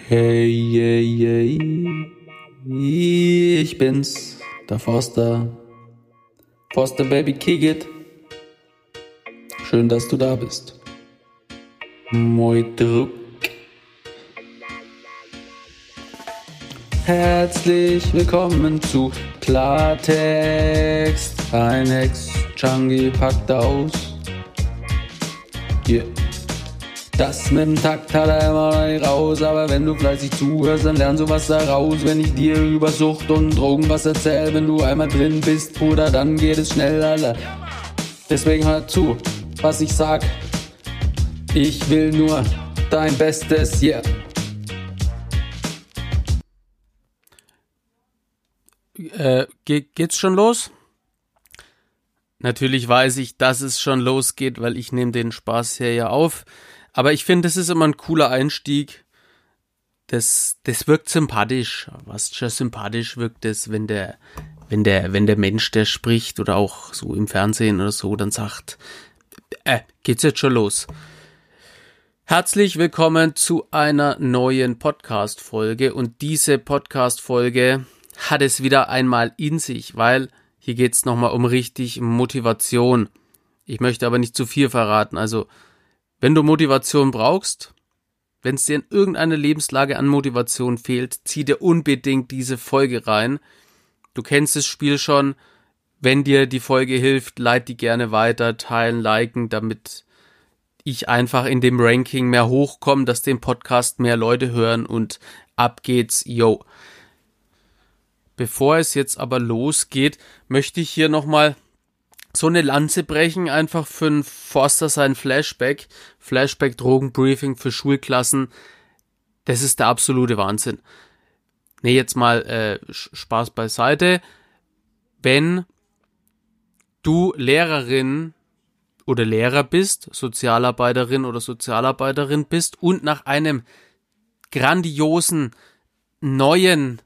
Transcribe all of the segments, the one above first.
Hey, hey, hey, ich bin's, der Forster. Forster Baby, kick it. Schön, dass du da bist. Moi Druck. Herzlich willkommen zu Klartext. Ein Ex-Changi packt aus. Yeah. Das mit dem Takt hat er immer noch nicht raus, aber wenn du fleißig zuhörst, dann lernst du was daraus. Wenn ich dir über Sucht und Drogen was erzähl, wenn du einmal drin bist, Bruder, dann geht es schnell, Alter. Deswegen hör zu, was ich sag. Ich will nur dein Bestes, yeah. Geht's schon los? Natürlich weiß ich, dass es schon losgeht, weil ich nehme den Spaß hier ja auf. Aber ich finde, das ist immer ein cooler Einstieg. Das wirkt sympathisch. Was schon sympathisch wirkt es, wenn der Mensch, der spricht oder auch so im Fernsehen oder so, dann sagt, geht's jetzt schon los. Herzlich willkommen zu einer neuen Podcast-Folge. Und diese Podcast-Folge hat es wieder einmal in sich, weil hier geht's nochmal um richtig Motivation. Ich möchte aber nicht zu viel verraten. Also, wenn du Motivation brauchst, wenn es dir in irgendeiner Lebenslage an Motivation fehlt, zieh dir unbedingt diese Folge rein. Du kennst das Spiel schon. Wenn dir die Folge hilft, leite die gerne weiter, teilen, liken, damit ich einfach in dem Ranking mehr hochkomme, dass den Podcast mehr Leute hören und ab geht's, yo. Bevor es jetzt aber losgeht, möchte ich hier nochmal so eine Lanze brechen, einfach für einen Forster sein Flashback Drogenbriefing für Schulklassen. Das ist der absolute Wahnsinn. Nee, jetzt mal Spaß beiseite. Wenn du Lehrerin oder Lehrer bist, Sozialarbeiterin oder Sozialarbeiterin bist und nach einem grandiosen neuen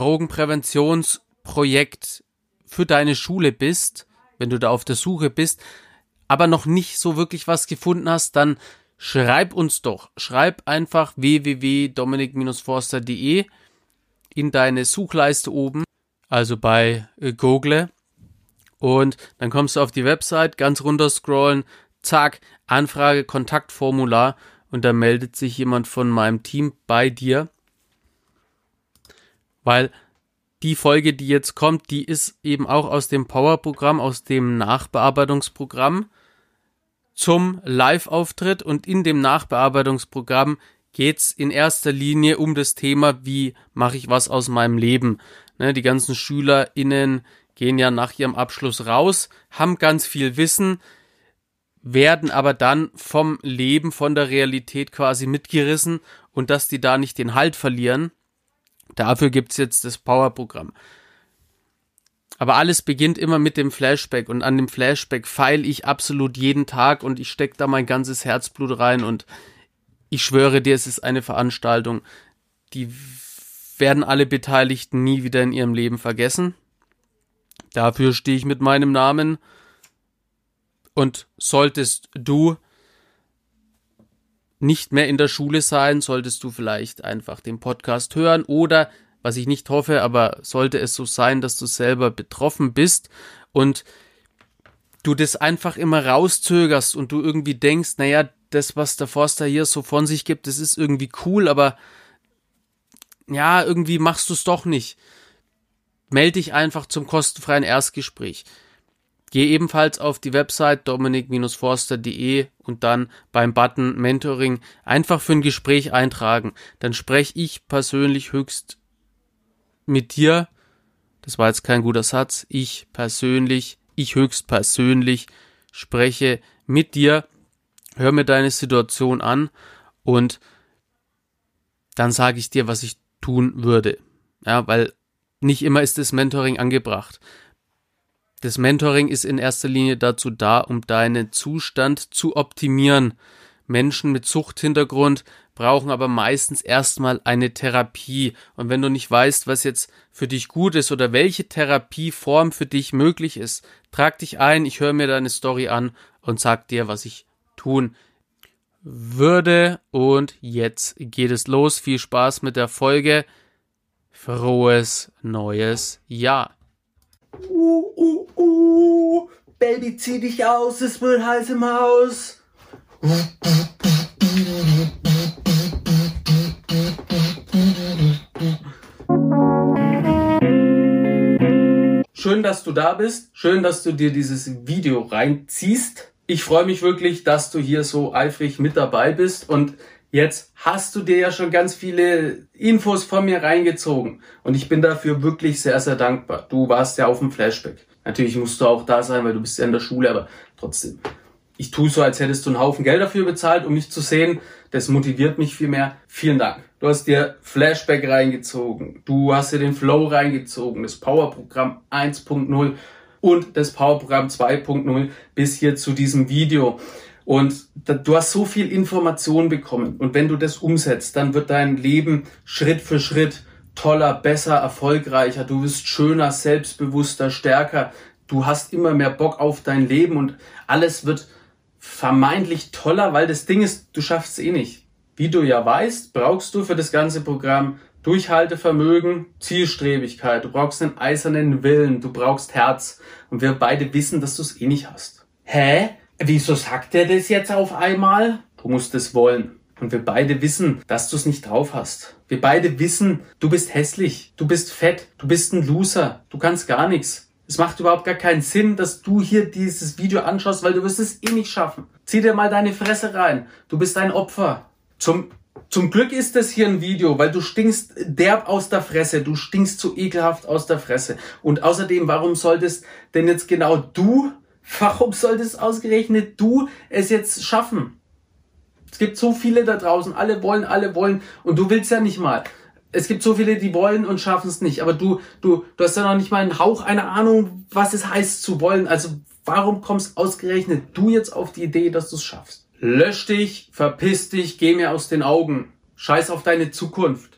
Drogenpräventionsprojekt für deine Schule bist, wenn du da auf der Suche bist, aber noch nicht so wirklich was gefunden hast, dann schreib uns doch. Schreib einfach www.dominik-forster.de in deine Suchleiste oben, also bei Google, und dann kommst du auf die Website, ganz runter scrollen, zack, Anfrage, Kontaktformular, und da meldet sich jemand von meinem Team bei dir, weil die Folge, die jetzt kommt, die ist eben auch aus dem Power-Programm, aus dem Nachbearbeitungsprogramm zum Live-Auftritt, und in dem Nachbearbeitungsprogramm geht's in erster Linie um das Thema, wie mache ich was aus meinem Leben. Ne, die ganzen SchülerInnen gehen ja nach ihrem Abschluss raus, haben ganz viel Wissen, werden aber dann vom Leben, von der Realität quasi mitgerissen, und dass die da nicht den Halt verlieren. Dafür gibt's jetzt das Power-Programm. Aber alles beginnt immer mit dem Flashback, und an dem Flashback feile ich absolut jeden Tag, und ich stecke da mein ganzes Herzblut rein, und ich schwöre dir, es ist eine Veranstaltung, die werden alle Beteiligten nie wieder in ihrem Leben vergessen. Dafür stehe ich mit meinem Namen, und solltest du nicht mehr in der Schule sein, solltest du vielleicht einfach den Podcast hören, oder, was ich nicht hoffe, aber sollte es so sein, dass du selber betroffen bist und du das einfach immer rauszögerst und du irgendwie denkst, naja, das, was der Forster hier so von sich gibt, das ist irgendwie cool, aber ja, irgendwie machst du es doch nicht. Melde dich einfach zum kostenfreien Erstgespräch. Geh ebenfalls auf die Website dominik-forster.de und dann beim Button Mentoring einfach für ein Gespräch eintragen. Dann spreche ich persönlich höchst mit dir. Das war jetzt kein guter Satz. Ich höchst persönlich spreche mit dir. Hör mir deine Situation an, und dann sage ich dir, was ich tun würde. Ja, weil nicht immer ist das Mentoring angebracht. Das Mentoring ist in erster Linie dazu da, um deinen Zustand zu optimieren. Menschen mit Suchthintergrund brauchen aber meistens erstmal eine Therapie. Und wenn du nicht weißt, was jetzt für dich gut ist oder welche Therapieform für dich möglich ist, trag dich ein, ich höre mir deine Story an und sag dir, was ich tun würde. Und jetzt geht es los. Viel Spaß mit der Folge. Frohes neues Jahr. Baby, zieh dich aus, es wird heiß im Haus. Schön, dass du da bist. Schön, dass du dir dieses Video reinziehst. Ich freue mich wirklich, dass du hier so eifrig mit dabei bist. Und jetzt hast du dir ja schon ganz viele Infos von mir reingezogen. Und ich bin dafür wirklich sehr, sehr dankbar. Du warst ja auf dem Flashback. Natürlich musst du auch da sein, weil du bist ja in der Schule, aber trotzdem. Ich tue so, als hättest du einen Haufen Geld dafür bezahlt, um mich zu sehen. Das motiviert mich viel mehr. Vielen Dank. Du hast dir Flashback reingezogen. Du hast dir den Flow reingezogen. Das Powerprogramm 1.0 und das Powerprogramm 2.0 bis hier zu diesem Video. Und du hast so viel Information bekommen. Und wenn du das umsetzt, dann wird dein Leben Schritt für Schritt toller, besser, erfolgreicher. Du wirst schöner, selbstbewusster, stärker. Du hast immer mehr Bock auf dein Leben und alles wird vermeintlich toller, weil das Ding ist, du schaffst es eh nicht. Wie du ja weißt, brauchst du für das ganze Programm Durchhaltevermögen, Zielstrebigkeit. Du brauchst einen eisernen Willen, du brauchst Herz. Und wir beide wissen, dass du es eh nicht hast. Hä? Wieso sagt er das jetzt auf einmal? Du musst es wollen. Und wir beide wissen, dass du es nicht drauf hast. Wir beide wissen, du bist hässlich, du bist fett, du bist ein Loser, du kannst gar nichts. Es macht überhaupt gar keinen Sinn, dass du hier dieses Video anschaust, weil du wirst es eh nicht schaffen. Zieh dir mal deine Fresse rein. Du bist ein Opfer. Zum Glück ist das hier ein Video, weil du stinkst derb aus der Fresse. Du stinkst so ekelhaft aus der Fresse. Und außerdem, warum solltest denn jetzt genau warum solltest ausgerechnet du es jetzt schaffen? Es gibt so viele da draußen, alle wollen und du willst ja nicht mal. Es gibt so viele, die wollen und schaffen es nicht, aber du hast ja noch nicht mal einen Hauch einer Ahnung, was es heißt zu wollen. Also warum kommst ausgerechnet du jetzt auf die Idee, dass du es schaffst? Lösch dich, verpiss dich, geh mir aus den Augen. Scheiß auf deine Zukunft.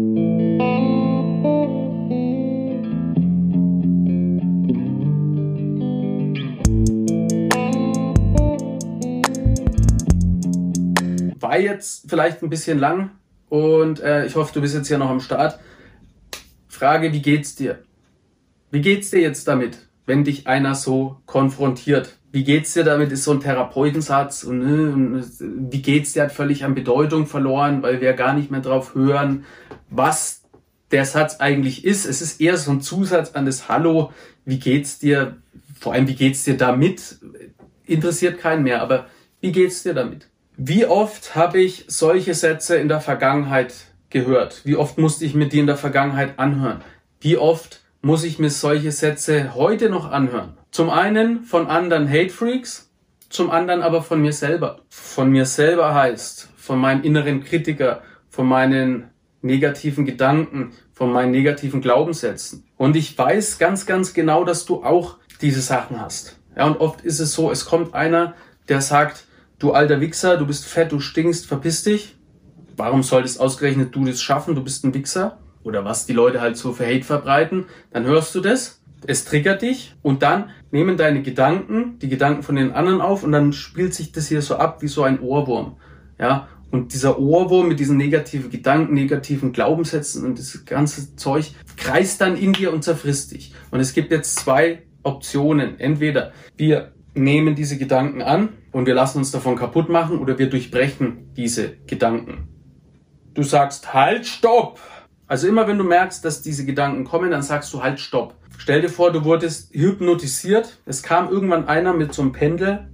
War jetzt vielleicht ein bisschen lang und ich hoffe, du bist jetzt hier noch am Start. Frage, wie geht's dir? Wie geht's dir jetzt damit, wenn dich einer so konfrontiert? Wie geht's dir damit, ist so ein Therapeutensatz und wie geht's dir, hat völlig an Bedeutung verloren, weil wir gar nicht mehr drauf hören, was der Satz eigentlich ist. Es ist eher so ein Zusatz an das Hallo, wie geht's dir, vor allem wie geht's dir damit, interessiert keinen mehr, aber wie geht's dir damit? Wie oft habe ich solche Sätze in der Vergangenheit gehört? Wie oft musste ich mir die in der Vergangenheit anhören? Wie oft muss ich mir solche Sätze heute noch anhören? Zum einen von anderen Hatefreaks, zum anderen aber von mir selber. Von mir selber heißt, von meinem inneren Kritiker, von meinen negativen Gedanken, von meinen negativen Glaubenssätzen. Und ich weiß ganz, ganz genau, dass du auch diese Sachen hast. Ja, und oft ist es so, es kommt einer, der sagt, du alter Wichser, du bist fett, du stinkst, verpiss dich. Warum solltest ausgerechnet du das schaffen, du bist ein Wichser? Oder was die Leute halt so für Hate verbreiten. Dann hörst du das, es triggert dich und dann nehmen deine Gedanken, die Gedanken von den anderen auf und dann spielt sich das hier so ab wie so ein Ohrwurm. Ja, und dieser Ohrwurm mit diesen negativen Gedanken, negativen Glaubenssätzen und das ganze Zeug kreist dann in dir und zerfrisst dich. Und es gibt jetzt zwei Optionen. Entweder wir nehmen diese Gedanken an und wir lassen uns davon kaputt machen oder wir durchbrechen diese Gedanken. Du sagst, halt, stopp! Also immer wenn du merkst, dass diese Gedanken kommen, dann sagst du, halt, stopp. Stell dir vor, du wurdest hypnotisiert. Es kam irgendwann einer mit so einem Pendel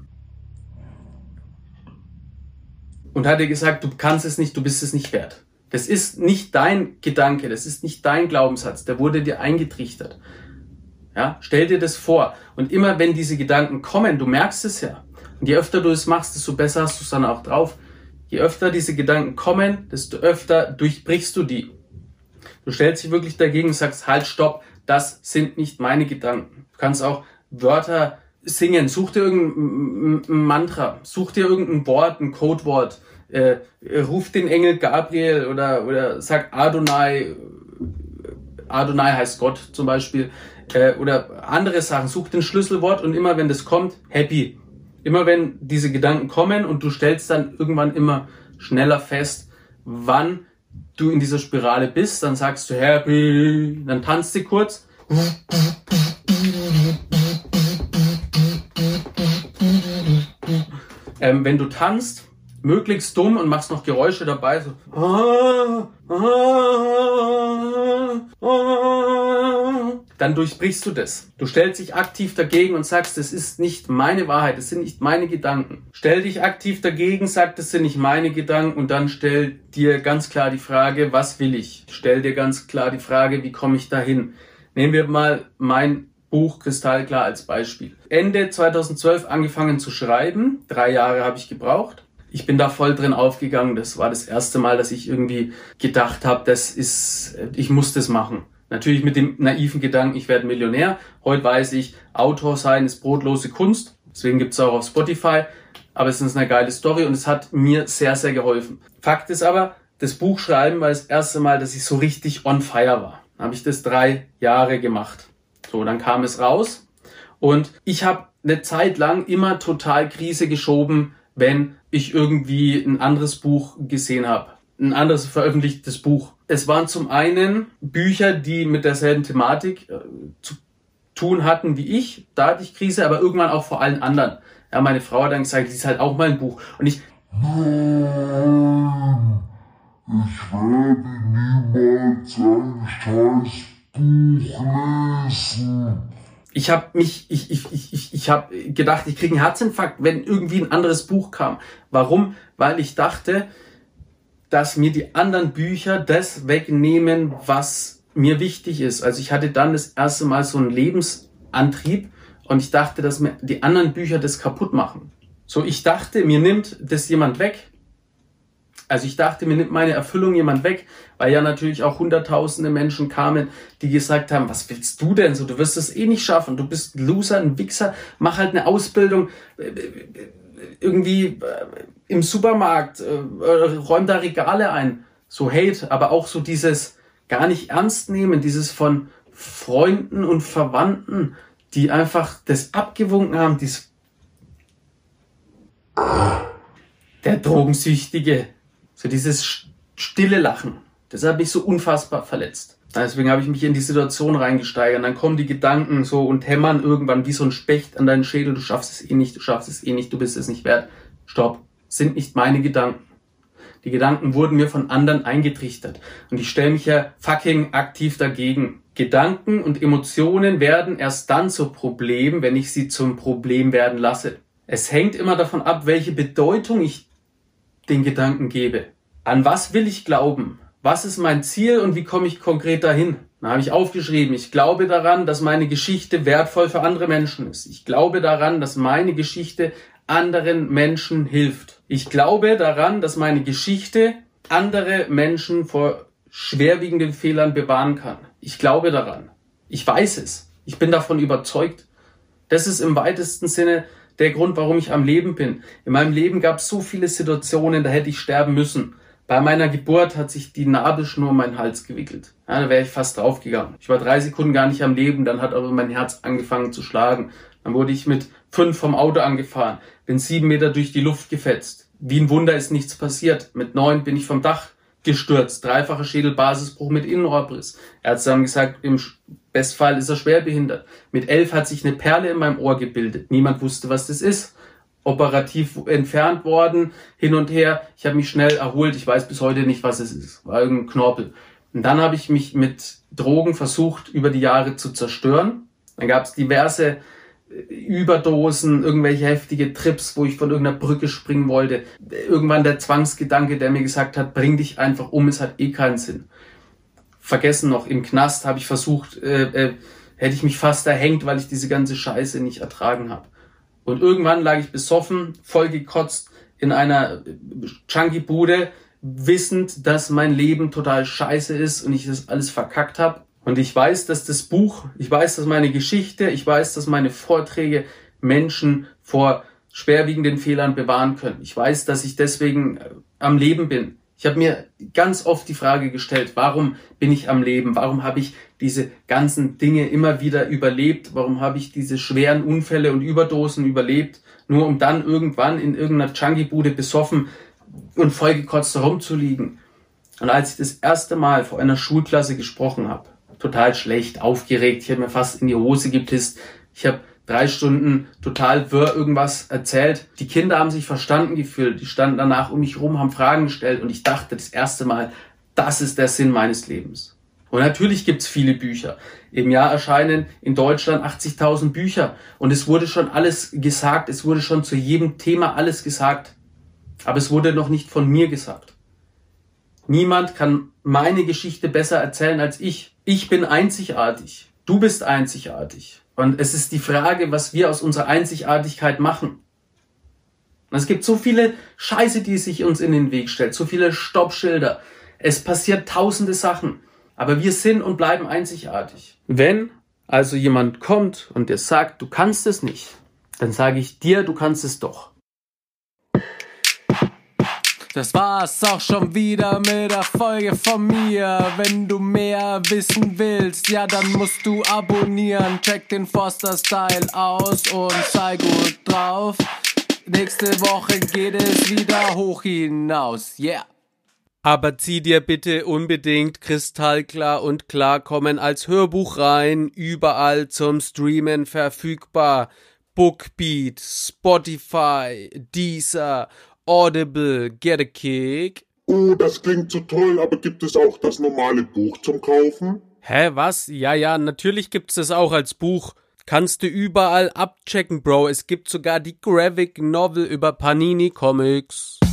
und hat dir gesagt, du kannst es nicht, du bist es nicht wert. Das ist nicht dein Gedanke, das ist nicht dein Glaubenssatz, der wurde dir eingetrichtert. Ja, stell dir das vor. Und immer wenn diese Gedanken kommen, du merkst es ja. Und je öfter du es machst, desto besser hast du es dann auch drauf. Je öfter diese Gedanken kommen, desto öfter durchbrichst du die. Du stellst dich wirklich dagegen und sagst, halt, stopp, das sind nicht meine Gedanken. Du kannst auch Wörter singen, such dir irgendein Mantra, such dir irgendein Wort, ein Codewort, ruf den Engel Gabriel oder sag Adonai, Adonai heißt Gott zum Beispiel, oder andere Sachen, such den Schlüsselwort und immer wenn das kommt, happy. Immer wenn diese Gedanken kommen und du stellst dann irgendwann immer schneller fest, wann du in dieser Spirale bist, dann sagst du happy, dann tanzt du kurz. Wenn du tanzt, möglichst dumm und machst noch Geräusche dabei, so dann durchbrichst du das. Du stellst dich aktiv dagegen und sagst, das ist nicht meine Wahrheit, das sind nicht meine Gedanken. Stell dich aktiv dagegen, sag, das sind nicht meine Gedanken und dann stell dir ganz klar die Frage, was will ich? Stell dir ganz klar die Frage, wie komme ich dahin? Nehmen wir mal mein Buch Kristallklar als Beispiel. Ende 2012 angefangen zu schreiben, 3 Jahre habe ich gebraucht. Ich bin da voll drin aufgegangen. Das war das erste Mal, dass ich irgendwie gedacht habe, ich muss das machen. Natürlich mit dem naiven Gedanken, ich werde Millionär. Heute weiß ich, Autor sein ist brotlose Kunst. Deswegen gibt es auch auf Spotify. Aber es ist eine geile Story und es hat mir sehr, sehr geholfen. Fakt ist aber, das Buch schreiben war das erste Mal, dass ich so richtig on fire war. Dann habe ich das 3 Jahre gemacht. So, dann kam es raus. Und ich habe eine Zeit lang immer total Krise geschoben, wenn ich irgendwie ein anderes Buch gesehen habe. Ein anderes veröffentlichtes Buch. Es waren zum einen Bücher, die mit derselben Thematik zu tun hatten wie ich. Da hatte ich Krise, aber irgendwann auch vor allen anderen. Ja, meine Frau hat dann gesagt, lies halt auch mal ein Buch. Und ich werde niemals ein scheiß Buch lesen. Ich habe gedacht, ich kriege einen Herzinfarkt, wenn irgendwie ein anderes Buch kam. Warum? Weil ich dachte, dass mir die anderen Bücher das wegnehmen, was mir wichtig ist. Also ich hatte dann das erste Mal so einen Lebensantrieb und ich dachte, dass mir die anderen Bücher das kaputt machen. So, ich dachte, mir nimmt das jemand weg. Also ich dachte, mir nimmt meine Erfüllung jemand weg, weil ja natürlich auch hunderttausende Menschen kamen, die gesagt haben, was willst du denn so? Du wirst es eh nicht schaffen, du bist ein Loser, ein Wichser, mach halt eine Ausbildung irgendwie im Supermarkt, räum da Regale ein. So Hate, aber auch so dieses gar nicht ernst nehmen, dieses von Freunden und Verwandten, die einfach das abgewunken haben, der Drogensüchtige. So dieses stille Lachen, das hat mich so unfassbar verletzt. Deswegen habe ich mich in die Situation reingesteigert. Und dann kommen die Gedanken so und hämmern irgendwann wie so ein Specht an deinen Schädel. Du schaffst es eh nicht, du bist es nicht wert. Stopp, sind nicht meine Gedanken. Die Gedanken wurden mir von anderen eingetrichtert. Und ich stelle mich ja fucking aktiv dagegen. Gedanken und Emotionen werden erst dann zu Problemen, wenn ich sie zum Problem werden lasse. Es hängt immer davon ab, welche Bedeutung ich den Gedanken gebe. An was will ich glauben? Was ist mein Ziel und wie komme ich konkret dahin? Dann habe ich aufgeschrieben, ich glaube daran, dass meine Geschichte wertvoll für andere Menschen ist. Ich glaube daran, dass meine Geschichte anderen Menschen hilft. Ich glaube daran, dass meine Geschichte andere Menschen vor schwerwiegenden Fehlern bewahren kann. Ich glaube daran. Ich weiß es. Ich bin davon überzeugt. Das ist im weitesten Sinne der Grund, warum ich am Leben bin. In meinem Leben gab es so viele Situationen, da hätte ich sterben müssen. Bei meiner Geburt hat sich die Nabelschnur um meinen Hals gewickelt. Ja, da wäre ich fast draufgegangen. Ich war 3 Sekunden gar nicht am Leben, dann hat aber mein Herz angefangen zu schlagen. Dann wurde ich mit 5 vom Auto angefahren, bin 7 Meter durch die Luft gefetzt. Wie ein Wunder ist nichts passiert. Mit 9 bin ich vom Dach gestürzt, 3-facher Schädelbasisbruch mit Innenohrbriss. Ärzte haben gesagt, im Bestfall ist er schwerbehindert. Mit 11 hat sich eine Perle in meinem Ohr gebildet. Niemand wusste, was das ist. Operativ entfernt worden, hin und her. Ich habe mich schnell erholt. Ich weiß bis heute nicht, was es ist. War irgendein Knorpel. Und dann habe ich mich mit Drogen versucht, über die Jahre zu zerstören. Dann gab es diverse Überdosen, irgendwelche heftige Trips, wo ich von irgendeiner Brücke springen wollte. Irgendwann der Zwangsgedanke, der mir gesagt hat, bring dich einfach um, es hat eh keinen Sinn. Vergessen noch, im Knast habe ich versucht, hätte ich mich fast erhängt, weil ich diese ganze Scheiße nicht ertragen habe. Und irgendwann lag ich besoffen, voll gekotzt in einer Junkie-Bude, wissend, dass mein Leben total scheiße ist und ich das alles verkackt habe. Und ich weiß, dass das Buch, ich weiß, dass meine Geschichte, ich weiß, dass meine Vorträge Menschen vor schwerwiegenden Fehlern bewahren können. Ich weiß, dass ich deswegen am Leben bin. Ich habe mir ganz oft die Frage gestellt, warum bin ich am Leben? Warum habe ich diese ganzen Dinge immer wieder überlebt? Warum habe ich diese schweren Unfälle und Überdosen überlebt? nur um dann irgendwann in irgendeiner Junkie-Bude besoffen und vollgekotzt herumzuliegen. Und als ich das erste Mal vor einer Schulklasse gesprochen habe, total schlecht, aufgeregt, ich habe mir fast in die Hose gepisst, ich habe 3 Stunden total wirr irgendwas erzählt. Die Kinder haben sich verstanden gefühlt, die standen danach um mich rum, haben Fragen gestellt und ich dachte das erste Mal, das ist der Sinn meines Lebens. Und natürlich gibt's viele Bücher. Im Jahr erscheinen in Deutschland 80.000 Bücher und es wurde schon alles gesagt, es wurde schon zu jedem Thema alles gesagt, aber es wurde noch nicht von mir gesagt. Niemand kann meine Geschichte besser erzählen als ich. Ich bin einzigartig, du bist einzigartig. Und es ist die Frage, was wir aus unserer Einzigartigkeit machen. Und es gibt so viele Scheiße, die sich uns in den Weg stellt, so viele Stoppschilder. Es passiert tausende Sachen, aber wir sind und bleiben einzigartig. Wenn also jemand kommt und dir sagt, du kannst es nicht, dann sage ich dir, du kannst es doch. Das war's auch schon wieder mit der Folge von mir. Wenn du mehr wissen willst, ja dann musst du abonnieren. Check den Forster Style aus und sei gut drauf. Nächste Woche geht es wieder hoch hinaus, yeah. Aber zieh dir bitte unbedingt Kristallklar und Klarkommen als Hörbuch rein, überall zum Streamen verfügbar. Bookbeat, Spotify, Deezer, Audible, Get a Kick. Oh, das klingt so toll, aber gibt es auch das normale Buch zum Kaufen? Hä, was? Ja, natürlich gibt's das auch als Buch. Kannst du überall abchecken, Bro. Es gibt sogar die Graphic Novel über Panini Comics.